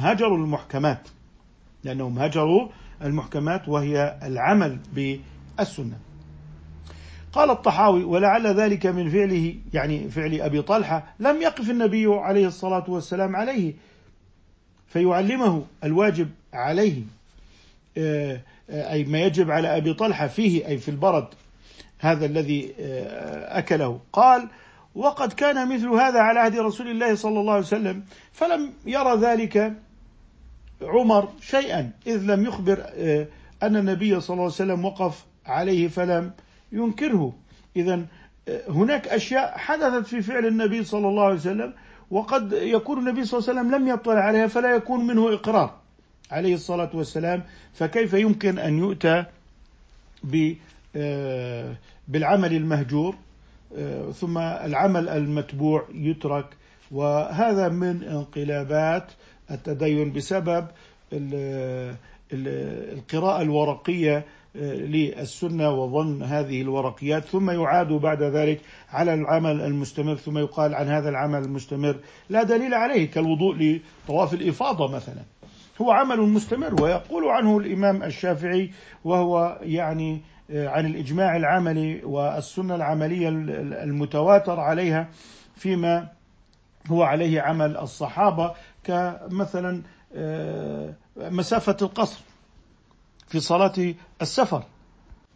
هجروا المحكمات وهي العمل بالسنة. قال الطحاوي: ولعل ذلك من فعله، يعني فعل أبي طلحة، لم يقف النبي عليه الصلاة والسلام عليه فيعلمه الواجب عليه، أي ما يجب على أبي طلحة فيه، أي في البرد هذا الذي أكله. قال: وقد كان مثل هذا على عهد رسول الله صلى الله عليه وسلم، فلم يرى ذلك عمر شيئا، إذ لم يخبر أن النبي صلى الله عليه وسلم وقف عليه فلم ينكره. إذن هناك أشياء حدثت في فعل النبي صلى الله عليه وسلم، وقد يكون النبي صلى الله عليه وسلم لم يطلع عليها فلا يكون منه إقرار عليه الصلاة والسلام، فكيف يمكن أن يؤتى بالعمل المهجور ثم العمل المتبوع يترك؟ وهذا من انقلابات التدين بسبب القراءة الورقية للسنة وظن هذه الورقيات، ثم يعاد بعد ذلك على العمل المستمر، ثم يقال عن هذا العمل المستمر لا دليل عليه، كالوضوء لطواف الإفاضة مثلا، هو عمل مستمر. ويقول عنه الإمام الشافعي، وهو يعني عن الإجماع العملي والسنة العملية المتواتر عليها فيما هو عليه عمل الصحابة، كمثلا مسافة القصر في صلاة السفر،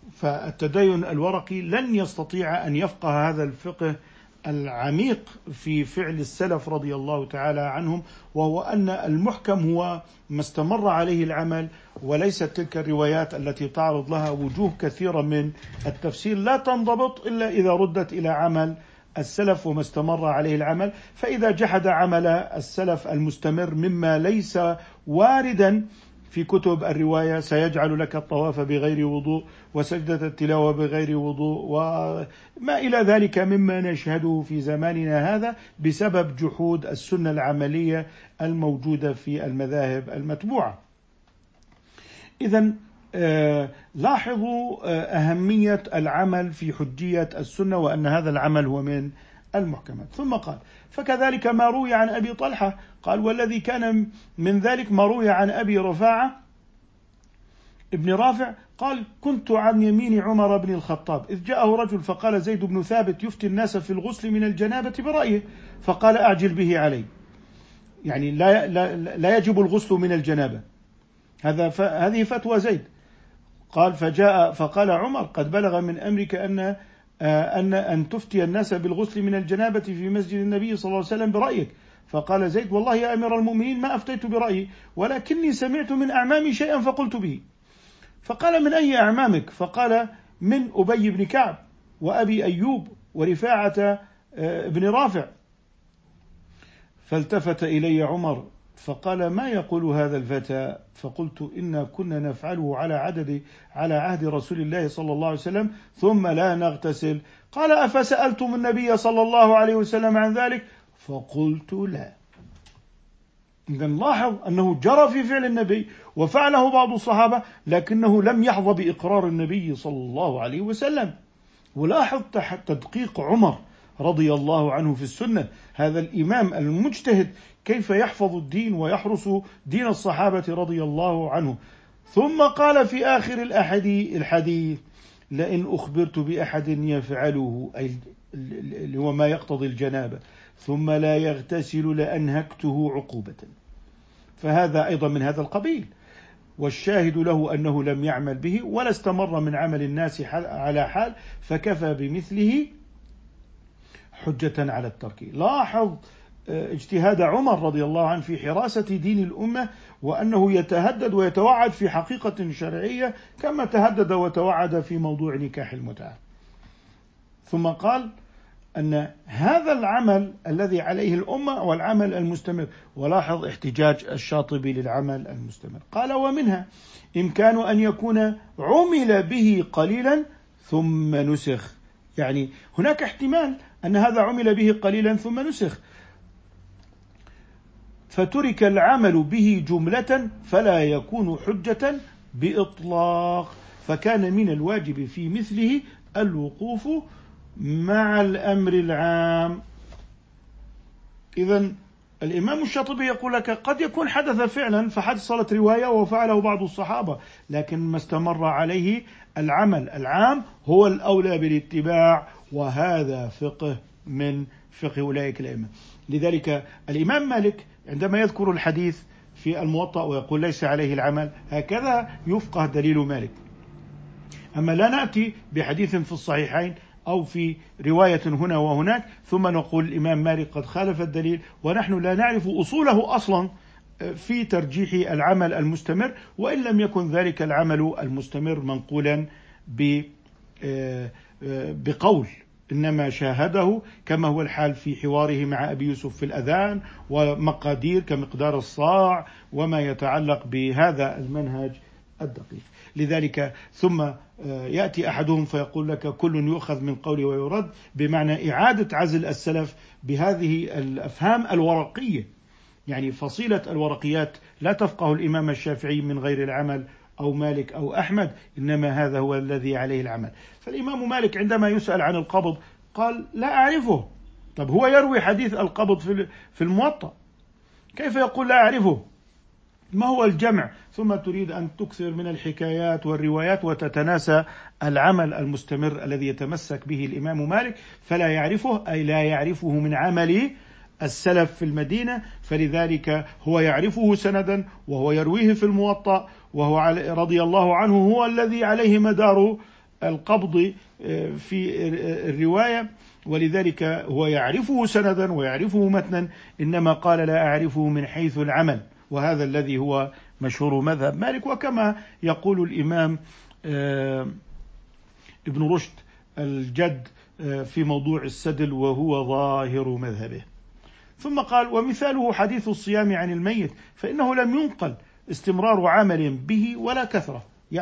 فالتدين الورقي لن يستطيع أن يفقه هذا الفقه العميق في فعل السلف رضي الله تعالى عنهم، وهو أن المحكم هو ما استمر عليه العمل، وليست تلك الروايات التي تعرض لها وجوه كثيرة من التفسير لا تنضبط إلا إذا ردت إلى عمل السلف وما استمر عليه العمل. فإذا جحد عمل السلف المستمر مما ليس واردا في كتب الرواية سيجعل لك الطواف بغير وضوء وسجدة التلاوة بغير وضوء وما إلى ذلك مما نشهده في زماننا هذا بسبب جحود السنة العملية الموجودة في المذاهب المتبوعة. إذن لاحظوا أهمية العمل في حجية السنة، وأن هذا العمل هو من المحكمات. ثم قال: فكذلك ما روي عن أبي طلحة، قال: والذي كان من ذلك ما روي عن أبي رفاعة ابن رافع قال: كنت عن يمين عمر بن الخطاب إذ جاءه رجل فقال: زيد بن ثابت يفتي الناس في الغسل من الجنابة برأيه، فقال: أعجل به علي، يعني لا يجب الغسل من الجنابة، هذه فتوى زيد. قال: فجاء فقال عمر: قد بلغ من أمرك أن تفتي الناس بالغسل من الجنابة في مسجد النبي صلى الله عليه وسلم برأيك. فقال زيد: والله يا أمير المؤمنين ما أفتيت برأيي، ولكني سمعت من أعمامي شيئا فقلت به. فقال: من أي أعمامك؟ فقال: من أبي بن كعب وأبي أيوب ورفاعة بن رافع. فالتفت إلي عمر فقال: ما يقول هذا الفتى؟ فقلت: إنا كنا نفعله على عهد رسول الله صلى الله عليه وسلم ثم لا نغتسل. قال: أفسألتم النبي صلى الله عليه وسلم عن ذلك؟ فقلت: لا. إذن لاحظ أنه جرى في فعل النبي وفعله بعض الصحابة، لكنه لم يحظى بإقرار النبي صلى الله عليه وسلم. ولاحظ تدقيق عمر رضي الله عنه في السنة، هذا الإمام المجتهد كيف يحفظ الدين ويحرس دين الصحابة رضي الله عنه. ثم قال في آخر الحديث: لئن أخبرت بأحد يفعله، أي اللي هو ما يقتضي الجنابة، ثم لا يغتسل لأنهكته عقوبة. فهذا أيضا من هذا القبيل، والشاهد له أنه لم يعمل به ولا استمر من عمل الناس على حال، فكفى بمثله حجة على الترك. لاحظ اجتهاد عمر رضي الله عنه في حراسة دين الأمة، وأنه يتهدد ويتوعد في حقيقة شرعية كما تهدد وتوعد في موضوع نكاح المتعة. ثم قال أن هذا العمل الذي عليه الأمة هو العمل المستمر. ولاحظ احتجاج الشاطبي للعمل المستمر، قال: ومنها إمكان أن يكون عمل به قليلا ثم نسخ. يعني هناك احتمال أن هذا عمل به قليلا ثم نسخ، فترك العمل به جملة فلا يكون حجة بإطلاق، فكان من الواجب في مثله الوقوف مع الأمر العام. إذن الإمام الشاطبي يقول لك قد يكون حدث فعلا فحصلت رواية وفعله بعض الصحابة، لكن ما استمر عليه العمل العام هو الأولى بالاتباع، وهذا فقه من فقه أولئك الأئمة. لذلك الإمام مالك عندما يذكر الحديث في الموطأ ويقول ليس عليه العمل، هكذا يفقه دليل مالك. أما لا نأتي بحديث في الصحيحين أو في رواية هنا وهناك ثم نقول الإمام مالك قد خالف الدليل، ونحن لا نعرف أصوله أصلا في ترجيح العمل المستمر، وإن لم يكن ذلك العمل المستمر منقولا بقول، إنما شاهده كما هو الحال في حواره مع أبي يوسف في الأذان، ومقادير كمقدار الصاع وما يتعلق بهذا المنهج الدقيق. لذلك ثم يأتي أحدهم فيقول لك كل يؤخذ من قوله ويرد، بمعنى إعادة عزل السلف بهذه الأفهام الورقية. يعني فصيلة الورقيات لا تفقه الإمام الشافعي من غير العمل أو مالك أو أحمد، إنما هذا هو الذي عليه العمل. فالإمام مالك عندما يسأل عن القبض قال لا أعرفه. طب هو يروي حديث القبض في الموطأ، كيف يقول لا أعرفه؟ ما هو الجمع؟ ثم تريد أن تكثر من الحكايات والروايات وتتناسى العمل المستمر الذي يتمسك به الإمام مالك، فلا يعرفه، أي لا يعرفه من عمل السلف في المدينة، فلذلك هو يعرفه سندا وهو يرويه في الموطأ، وهو رضي الله عنه هو الذي عليه مدار القبض في الرواية، ولذلك هو يعرفه سندا ويعرفه متنا، إنما قال لا أعرفه من حيث العمل، وهذا الذي هو مشهور مذهب مالك، وكما يقول الإمام ابن رشد الجد في موضوع السدل وهو ظاهر مذهبه. ثم قال ومثاله حديث الصيام عن الميت، فإنه لم ينقل استمرار عمل به ولا كثرة.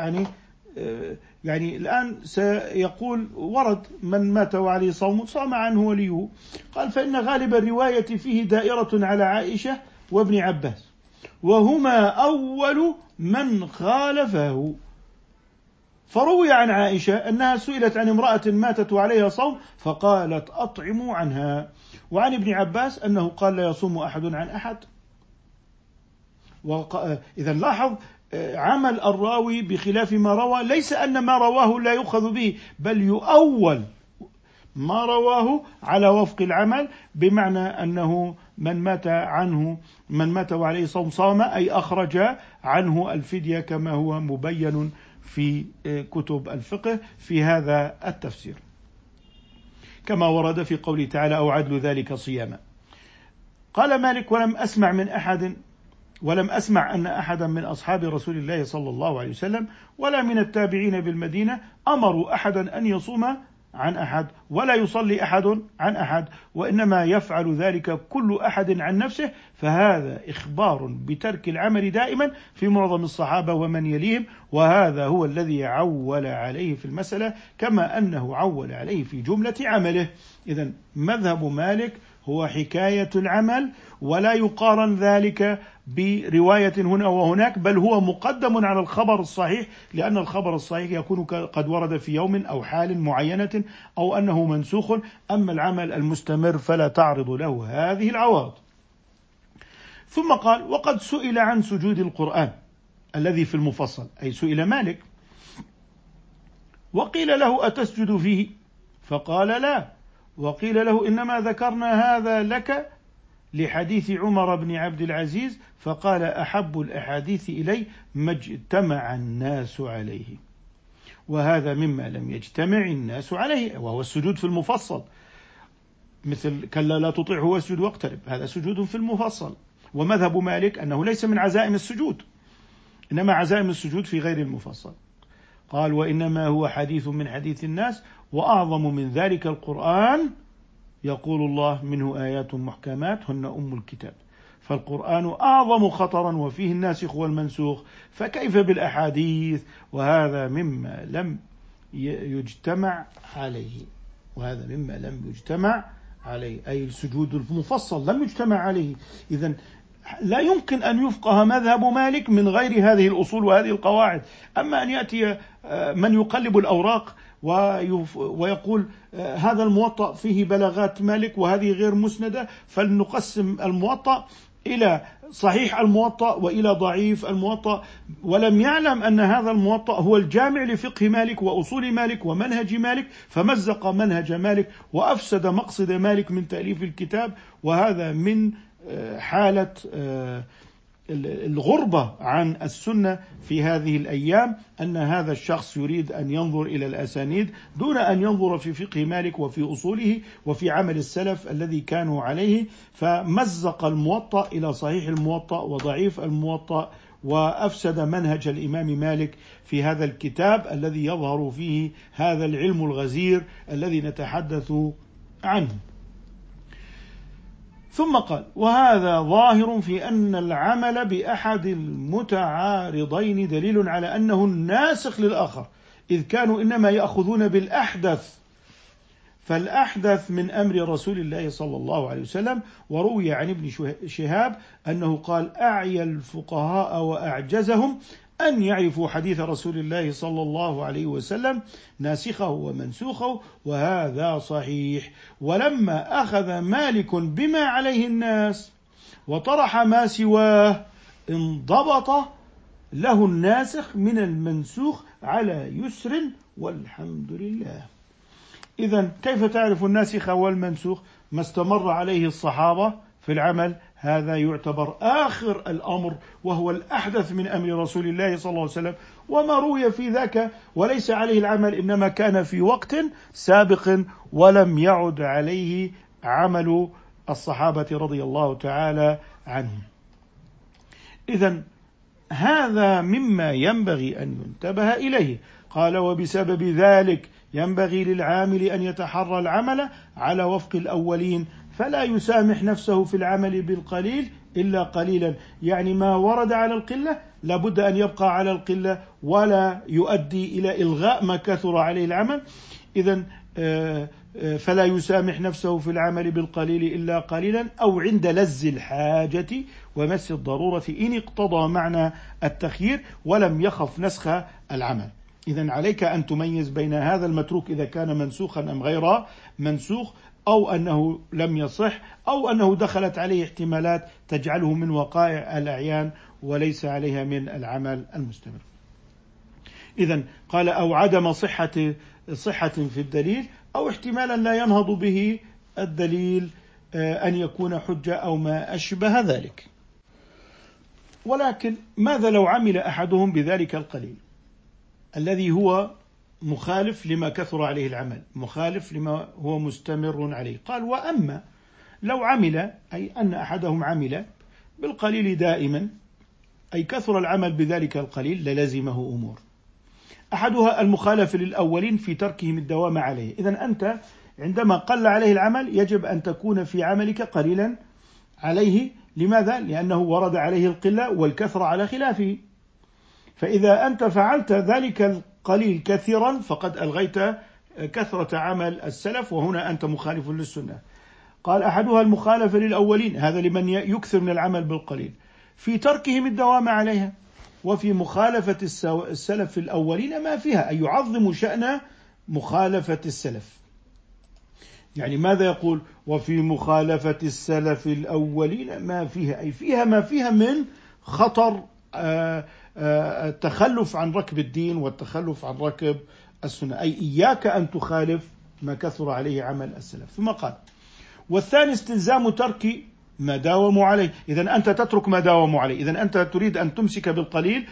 يعني الآن سيقول ورد من مات وعليه صوم صام عنه وليه، قال فإن غالب الرواية فيه دائرة على عائشة وابن عباس، وهما أول من خالفه. فروي عن عائشة أنها سئلت عن امرأة ماتت وعليها صوم فقالت أطعموا عنها، وعن ابن عباس أنه قال لا يصوم أحد عن أحد. إذا لاحظ عمل الراوي بخلاف ما روى، ليس أن ما رواه لا يؤخذ به، بل يؤول ما رواه على وفق العمل، بمعنى أنه من مات وعليه صوم صام، أي أخرج عنه الفدية كما هو مبين في كتب الفقه في هذا التفسير، كما ورد في قوله تعالى أو عدل ذلك صياما. قال مالك ولم أسمع أن أحدا من أصحاب رسول الله صلى الله عليه وسلم ولا من التابعين بالمدينة أمروا أحدا أن يصوم عن أحد ولا يصلي أحد عن أحد، وإنما يفعل ذلك كل أحد عن نفسه، فهذا إخبار بترك العمل دائما في معظم الصحابة ومن يليهم، وهذا هو الذي عول عليه في المسألة كما أنه عول عليه في جملة عمله. إذن مذهب مالك هو حكاية العمل، ولا يقارن ذلك برواية هنا وهناك، بل هو مقدم على الخبر الصحيح، لأن الخبر الصحيح يكون قد ورد في يوم أو حال معينة أو أنه منسوخ، أما العمل المستمر فلا تعرض له هذه العوارض. ثم قال وقد سئل عن سجود القرآن الذي في المفصل، أي سئل مالك، وقيل له أتسجد فيه؟ فقال لا، وقيل له إنما ذكرنا هذا لك لحديث عمر بن عبد العزيز، فقال أحب الأحاديث إلي ما اجتمع الناس عليه، وهذا مما لم يجتمع الناس عليه، وهو السجود في المفصل، مثل كلا لا تطعه واسجد واقترب، هذا سجود في المفصل. ومذهب مالك أنه ليس من عزائم السجود، إنما عزائم السجود في غير المفصل. قال وإنما هو حديث من حديث الناس، وأعظم من ذلك القرآن، يقول الله منه آيات محكمات هن أم الكتاب، فالقرآن أعظم خطرا وفيه الناسخ والمنسوخ، فكيف بالأحاديث؟ وهذا مما لم يجتمع عليه، أي السجود المفصل لم يجتمع عليه. إذن لا يمكن أن يفقه مذهب مالك من غير هذه الأصول وهذه القواعد. أما أن يأتي من يقلب الأوراق ويقول هذا الموطأ فيه بلاغات مالك وهذه غير مسندة، فلنقسم الموطأ إلى صحيح الموطأ وإلى ضعيف الموطأ، ولم يعلم أن هذا الموطأ هو الجامع لفقه مالك وأصول مالك ومنهج مالك، فمزق منهج مالك وأفسد مقصد مالك من تأليف الكتاب. وهذا من حالة الغربة عن السنة في هذه الأيام، أن هذا الشخص يريد أن ينظر إلى الأسانيد دون أن ينظر في فقه مالك وفي أصوله وفي عمل السلف الذي كانوا عليه، فمزق الموطأ إلى صحيح الموطأ وضعيف الموطأ، وأفسد منهج الإمام مالك في هذا الكتاب الذي يظهر فيه هذا العلم الغزير الذي نتحدث عنه. ثم قال وهذا ظاهر في أن العمل بأحد المتعارضين دليل على أنه الناسخ للآخر، إذ كانوا إنما يأخذون بالأحدث، فالأحدث من أمر رسول الله صلى الله عليه وسلم. وروي عن ابن شهاب أنه قال أعيا الفقهاء وأعجزهم أن يعرفوا حديث رسول الله صلى الله عليه وسلم ناسخه ومنسوخه، وهذا صحيح. ولما أخذ مالك بما عليه الناس وطرح ما سواه انضبط له الناسخ من المنسوخ على يسر والحمد لله. إذن كيف تعرف الناسخ والمنسوخ؟ ما استمر عليه الصحابة في العمل، هذا يعتبر آخر الأمر وهو الأحدث من أمر رسول الله صلى الله عليه وسلم، وما روي في ذاك وليس عليه العمل إنما كان في وقت سابق ولم يعد عليه عمل الصحابة رضي الله تعالى عنهم. إذن هذا مما ينبغي أن ينتبه إليه. قال: وبسبب ذلك ينبغي للعامل أن يتحرى العمل على وفق الأولين، فلا يسامح نفسه في العمل بالقليل إلا قليلا. يعني ما ورد على القلة لابد أن يبقى على القلة، ولا يؤدي إلى إلغاء ما كثر عليه العمل. إذن فلا يسامح نفسه في العمل بالقليل إلا قليلا، أو عند لز الحاجة ومس الضرورة إن اقتضى معنى التخيير ولم يخف نسخ العمل. إذن عليك أن تميز بين هذا المتروك إذا كان منسوخا أم غير منسوخ، أو أنه لم يصح، أو أنه دخلت عليه احتمالات تجعله من وقائع الأعيان وليس عليها من العمل المستمر. إذن قال: أو عدم صحة في الدليل، أو احتمالا لا ينهض به الدليل أن يكون حجة أو ما أشبه ذلك. ولكن ماذا لو عمل أحدهم بذلك القليل الذي هو مخالف لما كثر عليه العمل، مخالف لما هو مستمر عليه؟ قال: وأما لو عمل، أي أن أحدهم عمل بالقليل دائما، أي كثر العمل بذلك القليل، للزمه أمور. أحدها المخالفة للأولين في تركهم الدوام عليه. إذن أنت عندما قل عليه العمل يجب أن تكون في عملك قليلا عليه. لماذا؟ لأنه ورد عليه القلة والكثرة على خلافه. فإذا أنت فعلت ذلك القليل كثيرا فقد ألغيت كثرة عمل السلف، وهنا أنت مخالف للسنة. قال: أحدها المخالفة للأولين، هذا لمن يكثر من العمل بالقليل، في تركهم الدوام عليها. وفي مخالفة السلف الأولين ما فيها، أي يعظم شأن مخالفة السلف. يعني ماذا يقول؟ وفي مخالفة السلف الأولين ما فيها، أي فيها ما فيها من خطر التخلف عن ركب الدين والتخلف عن ركب السنة، أي إياك أن تخالف ما كثر عليه عمل السلف. ثم قال: والثاني استلزام ترك ما داوموا عليه. إذن أنت تترك ما داوموا عليه، إذن أنت تريد أن تمسك بالقليل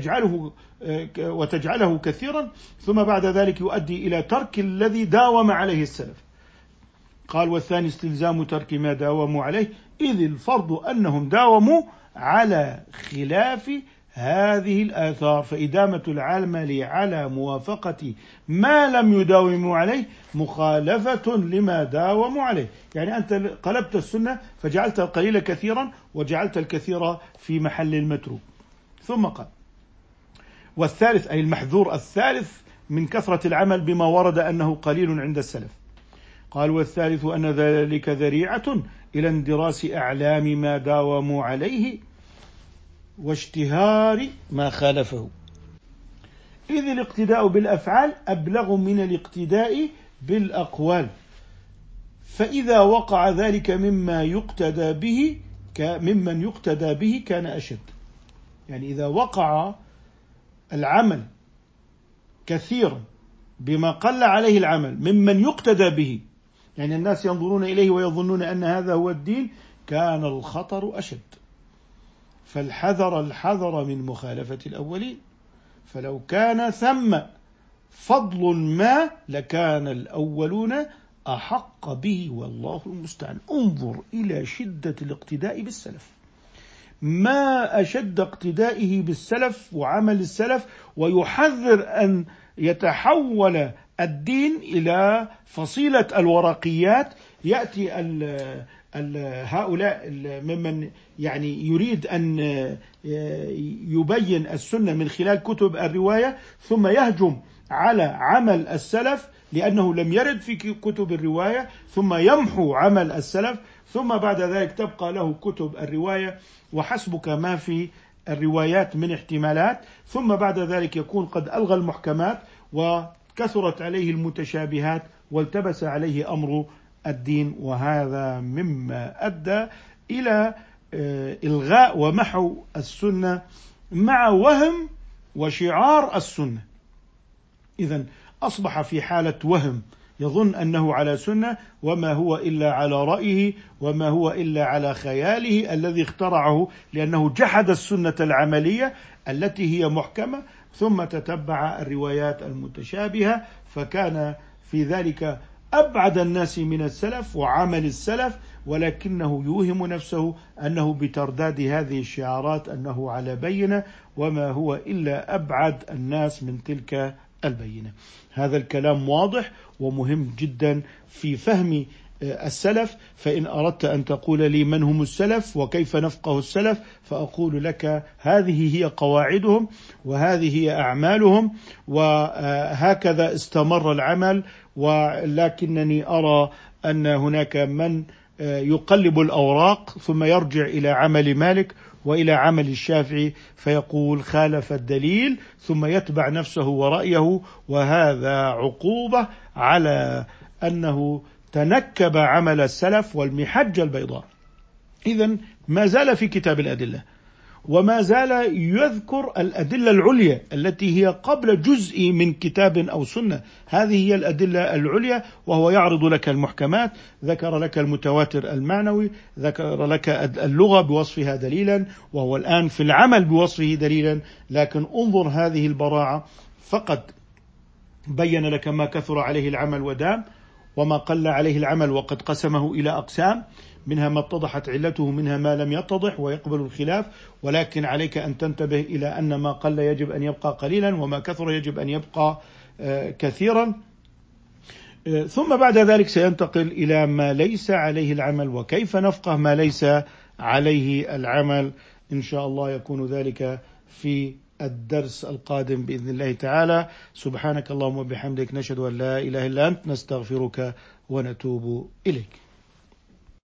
وتجعله كثيرا، ثم بعد ذلك يؤدي إلى ترك الذي داوم عليه السلف. قال: والثاني استلزام ترك ما داوموا عليه، إذ الفرض أنهم داوموا على خلاف هذه الآثار، فإدامة العمل على موافقة ما لم يداوموا عليه مخالفة لما داوموا عليه. يعني أنت قلبت السنة فجعلت القليل كثيرا وجعلت الكثير في محل المتروك. ثم قال: والثالث، أي المحذور الثالث من كثرة العمل بما ورد أنه قليل عند السلف. قال: والثالث أن ذلك ذريعة إلى اندراس أعلام ما داوموا عليه واشتهار ما خالفه، إذ الاقتداء بالأفعال أبلغ من الاقتداء بالأقوال، فإذا وقع ذلك ممن يقتدى به كان أشد. يعني إذا وقع العمل كثيرا بما قل عليه العمل ممن يقتدى به، يعني الناس ينظرون إليه ويظنون أن هذا هو الدين، كان الخطر أشد. فالحذر من مخالفة الأولين، فلو كان ثم فضل ما لكان الأولون أحق به، والله المستعان. انظر إلى شدة الاقتداء بالسلف، ما أشد اقتدائه بالسلف وعمل السلف، ويحذر أن يتحول الدين إلى فصيلة الورقيات. يأتي هؤلاء ممن يعني يريد أن يبين السنة من خلال كتب الرواية، ثم يهجم على عمل السلف لأنه لم يرد في كتب الرواية، ثم يمحو عمل السلف، ثم بعد ذلك تبقى له كتب الرواية وحسبك ما في الروايات من احتمالات، ثم بعد ذلك يكون قد ألغى المحكمات وكثرت عليه المتشابهات والتبس عليه أمر الدين. وهذا مما أدى إلى إلغاء ومحو السنة مع وهم وشعار السنة. إذن أصبح في حالة وهم، يظن أنه على سنة وما هو إلا على رأيه وما هو إلا على خياله الذي اخترعه، لأنه جحد السنة العملية التي هي محكمة ثم تتبع الروايات المتشابهة، فكان في ذلك أبعد الناس من السلف وعمل السلف، ولكنه يوهم نفسه أنه بترداد هذه الشعارات أنه على بينة، وما هو إلا أبعد الناس من تلك البينة. هذا الكلام واضح ومهم جدا في فهم السلف. فإن أردت أن تقول لي من هم السلف وكيف نفقه السلف، فأقول لك هذه هي قواعدهم وهذه هي أعمالهم، وهكذا استمر العمل. ولكنني أرى أن هناك من يقلب الأوراق ثم يرجع إلى عمل مالك وإلى عمل الشافعي فيقول خالف الدليل، ثم يتبع نفسه ورأيه، وهذا عقوبة على أنه تنكب عمل السلف والمحجة البيضاء. إذن ما زال في كتاب الأدلة، وما زال يذكر الأدلة العليا التي هي قبل جزء من كتاب أو سنة. هذه هي الأدلة العليا، وهو يعرض لك المحكمات، ذكر لك المتواتر المعنوي، ذكر لك اللغة بوصفها دليلا، وهو الآن في العمل بوصفه دليلا. لكن انظر هذه البراعة، فقد بين لك ما كثر عليه العمل ودام، وما قل عليه العمل وقد قسمه إلى أقسام، منها ما اتضحت علته، منها ما لم يتضح ويقبل الخلاف. ولكن عليك أن تنتبه إلى أن ما قل يجب أن يبقى قليلا، وما كثر يجب أن يبقى كثيرا. ثم بعد ذلك سينتقل إلى ما ليس عليه العمل وكيف نفقه ما ليس عليه العمل. إن شاء الله يكون ذلك في الدرس القادم بإذن الله تعالى. سبحانك اللهم وبحمدك، نشهد أن لا إله إلا أنت، نستغفرك ونتوب إليك.